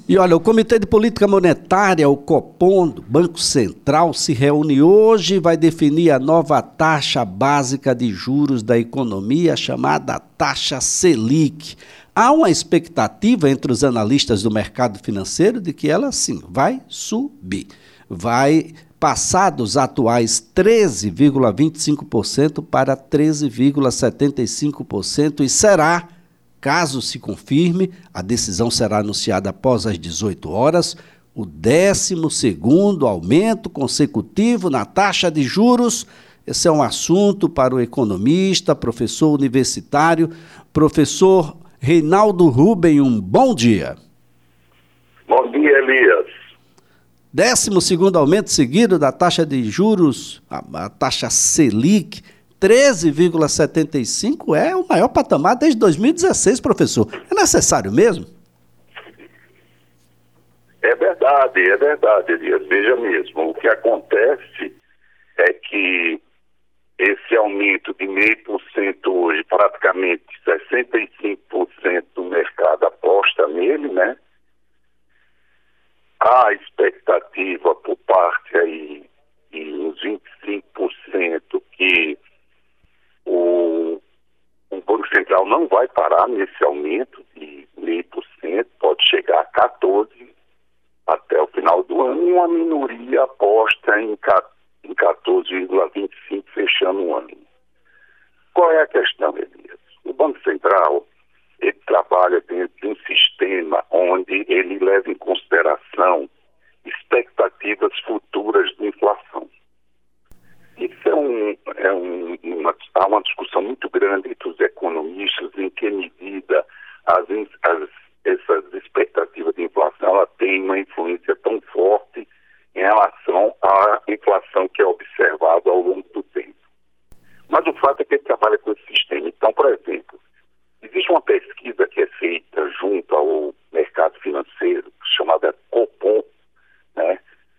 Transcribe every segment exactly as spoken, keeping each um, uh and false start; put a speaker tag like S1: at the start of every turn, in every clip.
S1: E olha, o Comitê de Política Monetária, o Copom, do Banco Central, se reúne hoje e vai definir a nova taxa básica de juros da economia, chamada taxa Selic. Há uma expectativa entre os analistas do mercado financeiro de que ela, sim, vai subir. Vai passar dos atuais treze vírgula vinte e cinco por cento para treze vírgula setenta e cinco por cento e será, caso se confirme, a decisão será anunciada após as dezoito horas, o décimo segundo aumento consecutivo na taxa de juros. Esse é um assunto para o economista, professor universitário, professor Reinaldo Ruben. Um bom dia.
S2: Bom dia, Elias.
S1: Décimo segundo aumento seguido da taxa de juros, a, a taxa Selic, treze vírgula setenta e cinco é o maior patamar desde dois mil e dezesseis, professor. É necessário mesmo?
S2: É verdade, é verdade, Elias. Veja mesmo, o que acontece é que esse aumento de meio por cento hoje, praticamente sessenta e cinco por cento do mercado aposta nele, né? Há expectativa por parte aí de uns vinte e cinco por cento que o, o Banco Central não vai parar nesse aumento de meio por cento, pode chegar a quatorze por cento até o final do ano, e uma minoria aposta em quatorze vírgula vinte e cinco por cento fechando o ano. Qual é a questão, Elias? O Banco Central, ele trabalha dentro de um sistema onde ele leva em consideração expectativas futuras de inflação. Isso é, um, é um, uma, há uma discussão muito grande entre os economistas em que medida as, as, essas expectativas de inflação ela tem uma influência tão forte em relação à inflação que é observada ao longo do tempo. Mas o fato é que ele trabalha com esse sistema. Então, por exemplo, existe uma pesquisa que é feita junto ao mercado financeiro, chamada Copom, né,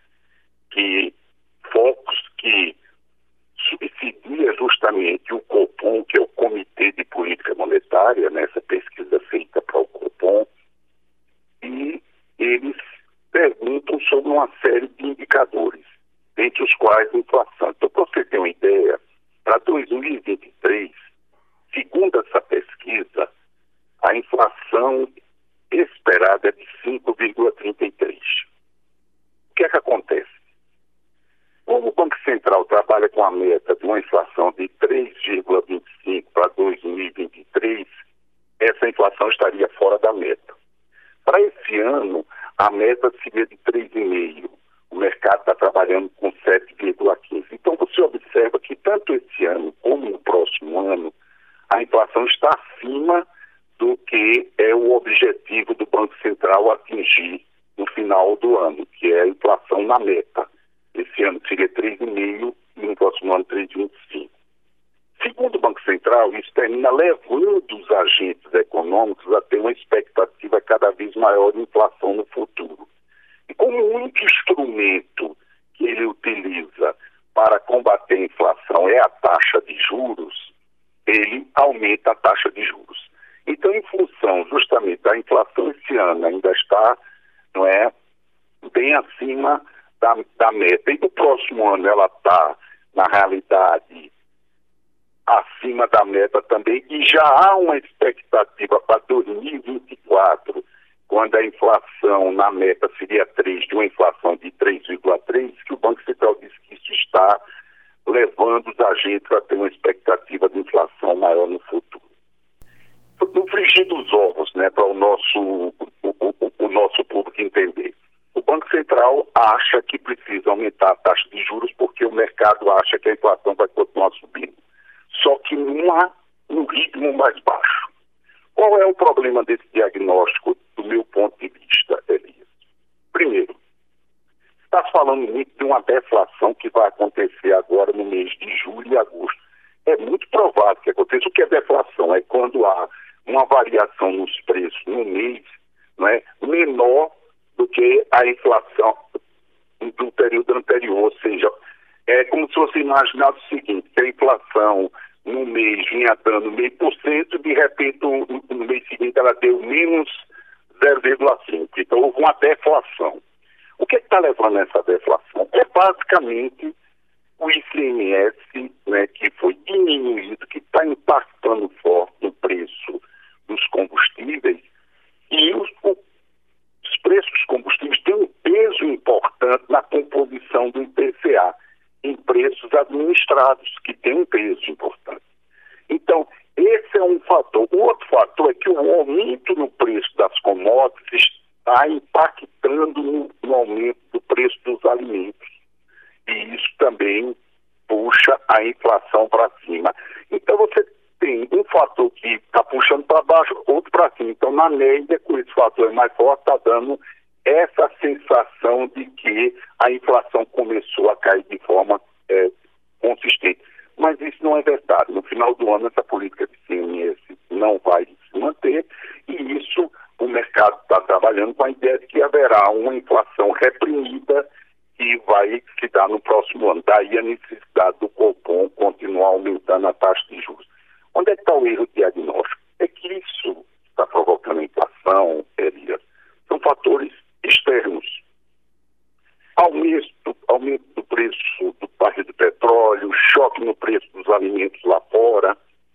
S2: que focos que subsidia justamente o Copom, que é o Comitê de Política Monetária, nessa pesquisa feita para o Copom, e eles perguntam sobre uma série de indicadores, entre os quais a inflação. Então, para você ter uma ideia, para dois mil e vinte e três, segundo essa pesquisa, a inflação esperada é de cinco vírgula trinta e três. O que é que acontece? Como o Banco Central trabalha com a meta de uma inflação de três vírgula vinte e cinco para dois mil e vinte e três, essa inflação estaria fora da meta. Para esse ano, a meta seria de três vírgula cinco. O mercado está trabalhando com sete vírgula quinze. Então, você observa que tanto esse ano como no próximo ano, a inflação está acima do que é o objetivo do Banco Central atingir no final do ano, que é a inflação na meta. Esse ano seria três vírgula cinco e no próximo ano três vírgula vinte e cinco. Segundo o Banco Central, isso termina levando os agentes econômicos a ter uma expectativa cada vez maior de inflação no futuro. E como o único instrumento que ele utiliza para combater a inflação é a taxa de juros, ele aumenta a taxa de juros. Então, em função justamente da inflação esse ano ainda está, não é, bem acima da, da meta. E no próximo ano ela está, na realidade, acima da meta também. E já há uma expectativa para dois mil e vinte e quatro, quando a inflação na meta seria três, de uma inflação de três vírgula três, que o Banco Central diz que isso está levando os agentes a ter uma expectativa de inflação maior no futuro. No frigir dos ovos, né, para o nosso, o, o, o nosso público entender. O Banco Central acha que precisa aumentar a taxa de juros porque o mercado acha que a inflação vai continuar subindo. Só que numa, num ritmo mais baixo. Qual é o problema desse diagnóstico, do meu ponto de vista, Elias? Primeiro, está falando muito de uma deflação que vai acontecer agora no mês de julho e agosto. É muito provável que aconteça. O que é deflação? É quando há uma variação nos preços no mês, não é, menor do que a inflação do período anterior. Ou seja, é como se você imaginasse o seguinte, que a inflação no mês vinha dando meio por cento, de repente no, no mês seguinte ela deu menos zero vírgula cinco. Então houve uma deflação. O que está levando a essa deflação? É basicamente o I C M S, né, que foi diminuído, que está impactando forte no preço dos combustíveis, e os, os preços dos combustíveis têm um peso importante na composição do I P C A, em preços administrados, que tem um peso importante. Então, esse é um fator. O outro fator é que o aumento no preço das commodities está impactando no, no aumento do preço dos alimentos. E isso também puxa a inflação para cima. Então você tem um fator que está puxando para baixo, outro para cima. Então, na média, com esse fator mais forte, está dando essa sensação de que a inflação começou a cair de forma é, consistente. Mas isso não é verdade. No final do ano, essa política de I C M S não vai se manter, e isso o mercado está trabalhando com a ideia de que haverá uma inflação reprimida que vai se dar no próximo ano. Daí a necessidade do Copom continuar aumentando a taxa de juros. Onde é que está o erro diagnóstico? É que isso está provocando a inflação, Elias. São fatores externos. Aumento, aumento do preço do barril de petróleo, choque no preço dos alimentos lá fora,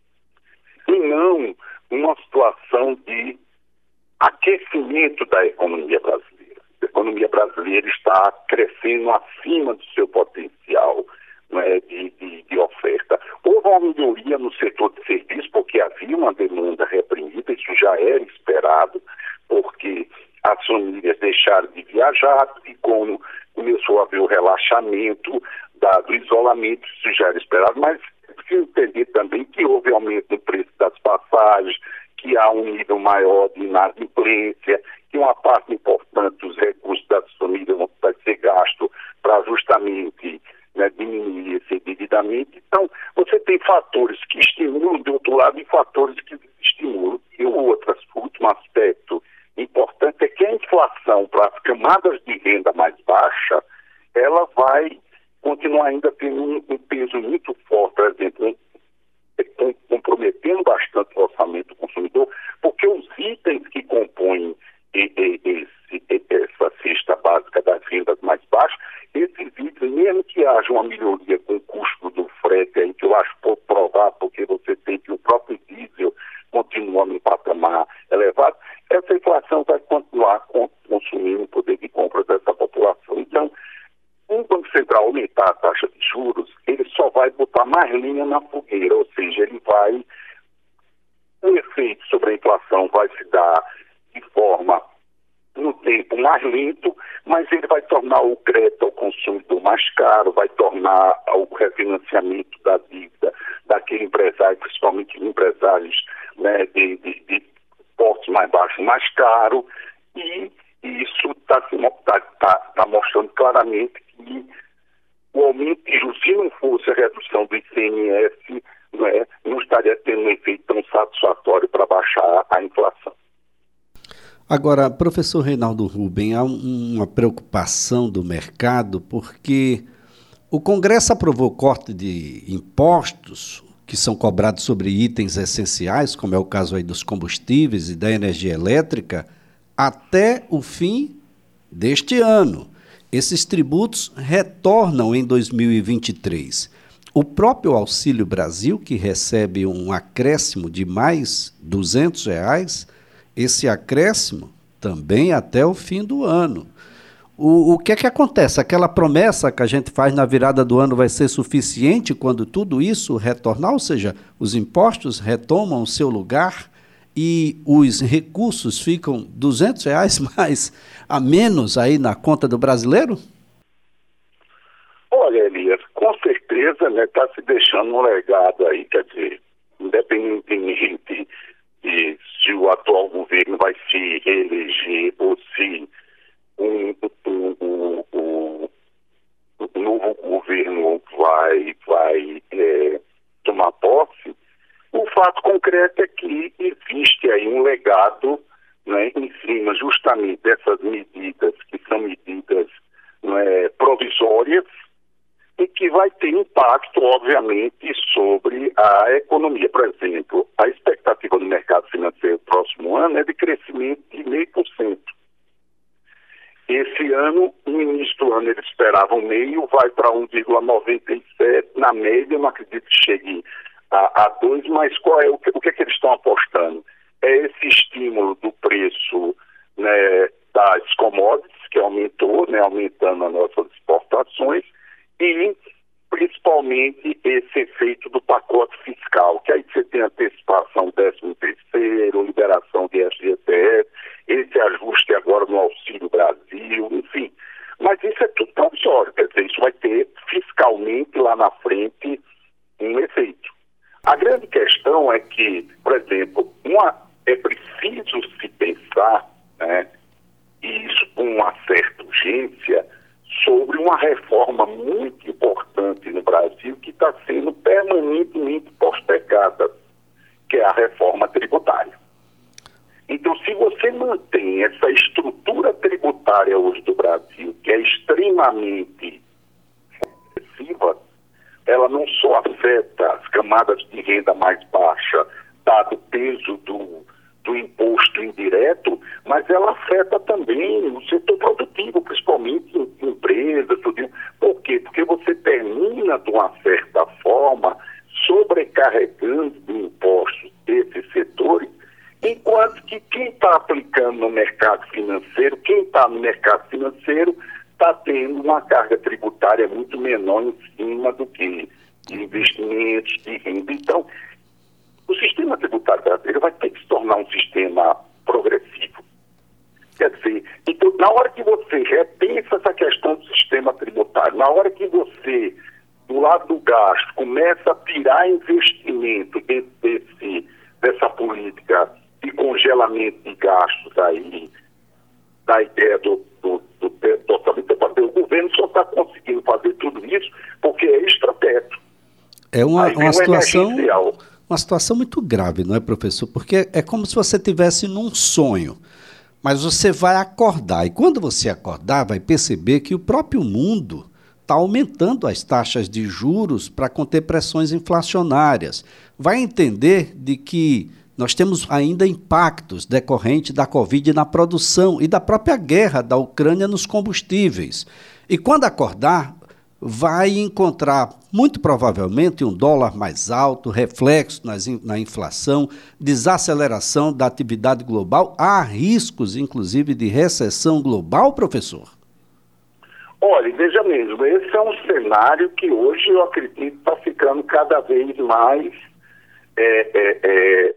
S2: e não uma situação de aquecimento da economia brasileira. A economia brasileira está crescendo acima do seu potencial, não é, de, de, de oferta. Houve uma melhoria no setor de serviços, porque havia uma demanda reprimida, isso já era esperado, porque as famílias deixaram de viajar, e como começou a haver o relaxamento da, do isolamento, isso já era esperado, mas é preciso entender também que houve aumento no preço das passagens, que há um nível maior de inadimplência, que uma parte importante dos recursos das famílias vai ser gasto para justamente, né, diminuir esse endividamento. Então, você tem fatores que estimulam do outro lado e fatores que desestimulam. E o outro, o último aspecto importante é que a inflação para as camadas de renda mais baixa, ela vai continuar ainda tendo um, um peso muito forte, por exemplo, um, comprometendo bastante o orçamento do consumidor, porque os itens que compõem esse, essa cesta básica das rendas mais baixas, esses itens, mesmo que haja uma melhoria com o custo do frete, aí, que eu acho pouco provável, porque você tem que o próprio diesel continua no patamar elevado, essa inflação vai continuar consumindo o poder de compra dessa população. Então, um Banco Central aumentar a taxa de juros, ele só vai botar mais linha na fogueira, ou seja, ele vai, o efeito sobre a inflação vai se dar de forma, no tempo, mais lento, mas ele vai tornar o crédito ao consumidor mais caro, vai tornar o refinanciamento da dívida daquele empresário, principalmente empresários, né, de, de, de portos mais baixos, mais caro, e isso está tá, tá, tá mostrando claramente que o aumento de juros, se não fosse a redução do I C M S, não, é, não estaria tendo um efeito tão satisfatório para baixar a inflação.
S1: Agora, professor Reinaldo Rubem, há uma preocupação do mercado porque o Congresso aprovou corte de impostos que são cobrados sobre itens essenciais, como é o caso aí dos combustíveis e da energia elétrica, até o fim deste ano. Esses tributos retornam em dois mil e vinte e três. O próprio Auxílio Brasil, que recebe um acréscimo de mais duzentos reais, esse acréscimo também até o fim do ano. O, o que é que acontece? Aquela promessa que a gente faz na virada do ano vai ser suficiente quando tudo isso retornar? Ou seja, os impostos retomam o seu lugar e os recursos ficam duzentos reais mais a menos aí na conta do brasileiro?
S2: Olha, Elias, com certeza, né, está se deixando um legado aí, quer dizer, independentemente de se o atual governo vai se reeleger ou se um, um, um, um, um novo governo vai, vai é, tomar posse, o fato concreto é que existe aí um legado, né, em cima justamente dessas medidas, que são medidas, né, provisórias, e que vai ter impacto, obviamente, sobre a economia. Por exemplo, a expectativa do mercado financeiro no próximo ano é de crescimento de zero meio por cento. Esse ano, no início do ano, eles esperavam meio, vai para um vírgula noventa e sete, na média, eu não acredito que chegue a, a dois, mas qual é o que, o que, é que eles estão apostando? É esse estímulo do preço, né, das commodities, que aumentou, né, aumentando as nossas exportações, e principalmente esse efeito do pacote fiscal, que aí você tem antecipação décimo terceiro, liberação de F G T S, esse ajuste agora no Auxílio Brasil, enfim. Mas isso é tudo provisório, quer dizer, isso vai ter fiscalmente lá na frente um efeito. A grande questão é que, por exemplo, uma, é preciso se pensar, né, e isso com uma certa urgência, sobre uma reforma muito importante no Brasil que está sendo permanentemente postergada, que é a reforma tributária. Então, se você mantém essa estrutura tributária hoje do Brasil, que é extremamente excessiva, ela não só afeta as camadas de renda mais baixa, dado o peso do, do imposto indireto, mas ela afeta também o setor produtivo, principalmente em empresas, tudo. Por quê? Porque você termina, de uma certa forma, sobrecarregando de impostos esses setores, enquanto que quem está aplicando no mercado financeiro, quem está no mercado financeiro, está tendo uma carga tributária muito menor em cima do que de investimentos, de renda. Então, o sistema tributário brasileiro vai ter que se tornar um sistema progressivo. Quer dizer, então, na hora que você repensa essa questão do sistema tributário, na hora que você, do lado do gasto, começa a tirar investimento dentro desse, dessa política de congelamento de gastos aí, da ideia do, do, do, do orçamento, o governo só está conseguindo fazer tudo isso porque é extrateto.
S1: É uma, uma situação... Uma situação muito grave, não é, professor? Porque é como se você estivesse num sonho, mas você vai acordar. E quando você acordar, vai perceber que o próprio mundo está aumentando as taxas de juros para conter pressões inflacionárias. Vai entender de que nós temos ainda impactos decorrentes da Covid na produção e da própria guerra da Ucrânia nos combustíveis. E quando acordar, vai encontrar, muito provavelmente, um dólar mais alto, reflexo nas, na inflação, desaceleração da atividade global. Há riscos, inclusive, de recessão global, professor?
S2: Olha, veja mesmo, esse é um cenário que hoje eu acredito está ficando cada vez mais... É, é, é,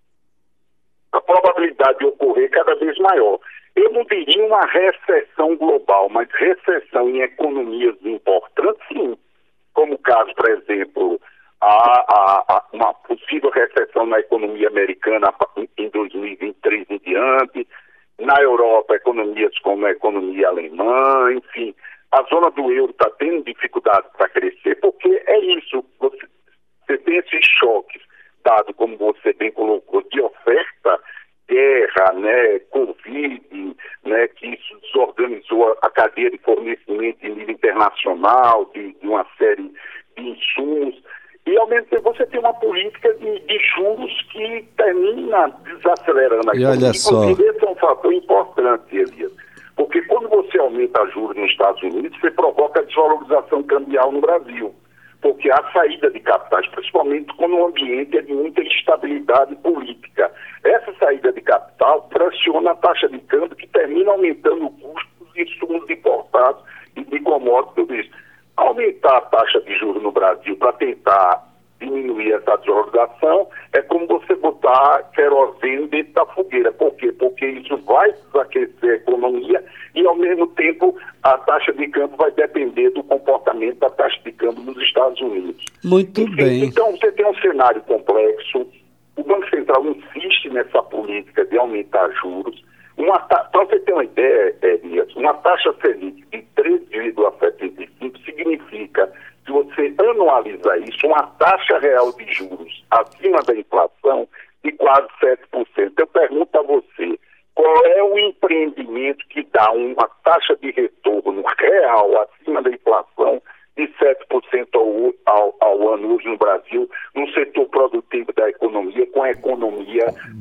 S2: a probabilidade de ocorrer cada vez maior. Eu não diria uma recessão global, mas recessão em economias importantes, sim. Como o caso, por exemplo, a, a, a uma possível recessão na economia americana em dois mil e vinte e três em diante, na Europa, economias como a economia alemã, enfim. A zona do euro está tendo dificuldade para crescer, porque é isso, você, você tem esses choques, dado, como você bem colocou, de oferta, guerra, né, Covid, né, que isso desorganizou a cadeia de fornecimento em nível internacional, de, de uma série de insumos, e ao mesmo tempo você tem uma política de, de juros que termina desacelerando a
S1: economia. E olha só.
S2: Inclusive, esse é um fator importante, Elias, porque quando você aumenta juros nos Estados Unidos, você provoca a desvalorização cambial no Brasil. Porque há saída de capitais, principalmente quando o ambiente é de muita instabilidade política. Essa saída de capital pressiona a taxa de câmbio, que termina aumentando o custo dos insumos importados e de commodities, tudo isso. Aumentar a taxa de juros no Brasil para tentar diminuir essa desvalorização é como você botar querosene dentro da fogueira. Por quê? Porque isso vai desaquecer a economia e, ao mesmo tempo, a taxa de câmbio vai depender do comportamento da taxa de câmbio nos Estados Unidos.
S1: Muito
S2: Enfim,
S1: bem.
S2: Então, você tem um cenário complexo. O Banco Central insiste nessa política de aumentar juros. Para você ter uma ideia, Elias, uma taxa Selic de treze vírgula setenta e cinco significa, se você anualizar isso, uma taxa real de juros acima da inflação de quase sete por cento. Eu pergunto a você, qual é o empreendimento que dá uma taxa de retorno real acima da inflação de sete por cento ao, ao, ao ano hoje no Brasil, no setor produtivo da economia, com a economia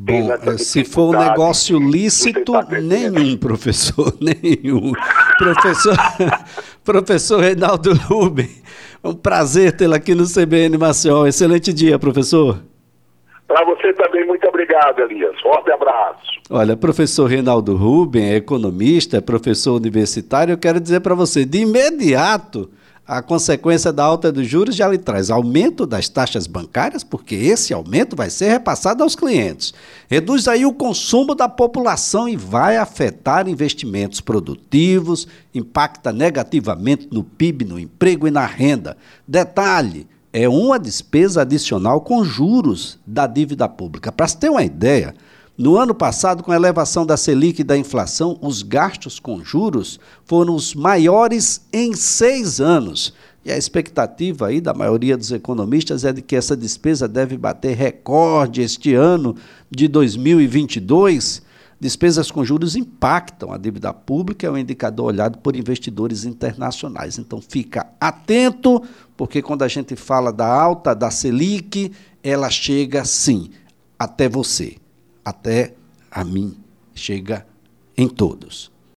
S1: Bom, se for um negócio lícito, tá nenhum, professor, nenhum. Professor, professor Reinaldo Rubem, é um prazer tê-lo aqui no C B N Maceió. Excelente dia, professor.
S2: Para você também, muito obrigado, Elias. Forte abraço.
S1: Olha, professor Reinaldo Rubem é economista, é professor universitário. Eu quero dizer para você, de imediato, a consequência da alta dos juros já lhe traz aumento das taxas bancárias, porque esse aumento vai ser repassado aos clientes. Reduz aí o consumo da população e vai afetar investimentos produtivos, impacta negativamente no P I B, no emprego e na renda. Detalhe, é uma despesa adicional com juros da dívida pública. Para se ter uma ideia, no ano passado, com a elevação da Selic e da inflação, os gastos com juros foram os maiores em seis anos. E a expectativa aí da maioria dos economistas é de que essa despesa deve bater recorde este ano de dois mil e vinte e dois. Despesas com juros impactam a dívida pública, é um indicador olhado por investidores internacionais. Então, fica atento, porque quando a gente fala da alta da Selic, ela chega, sim, até você. Até a mim, chega em todos.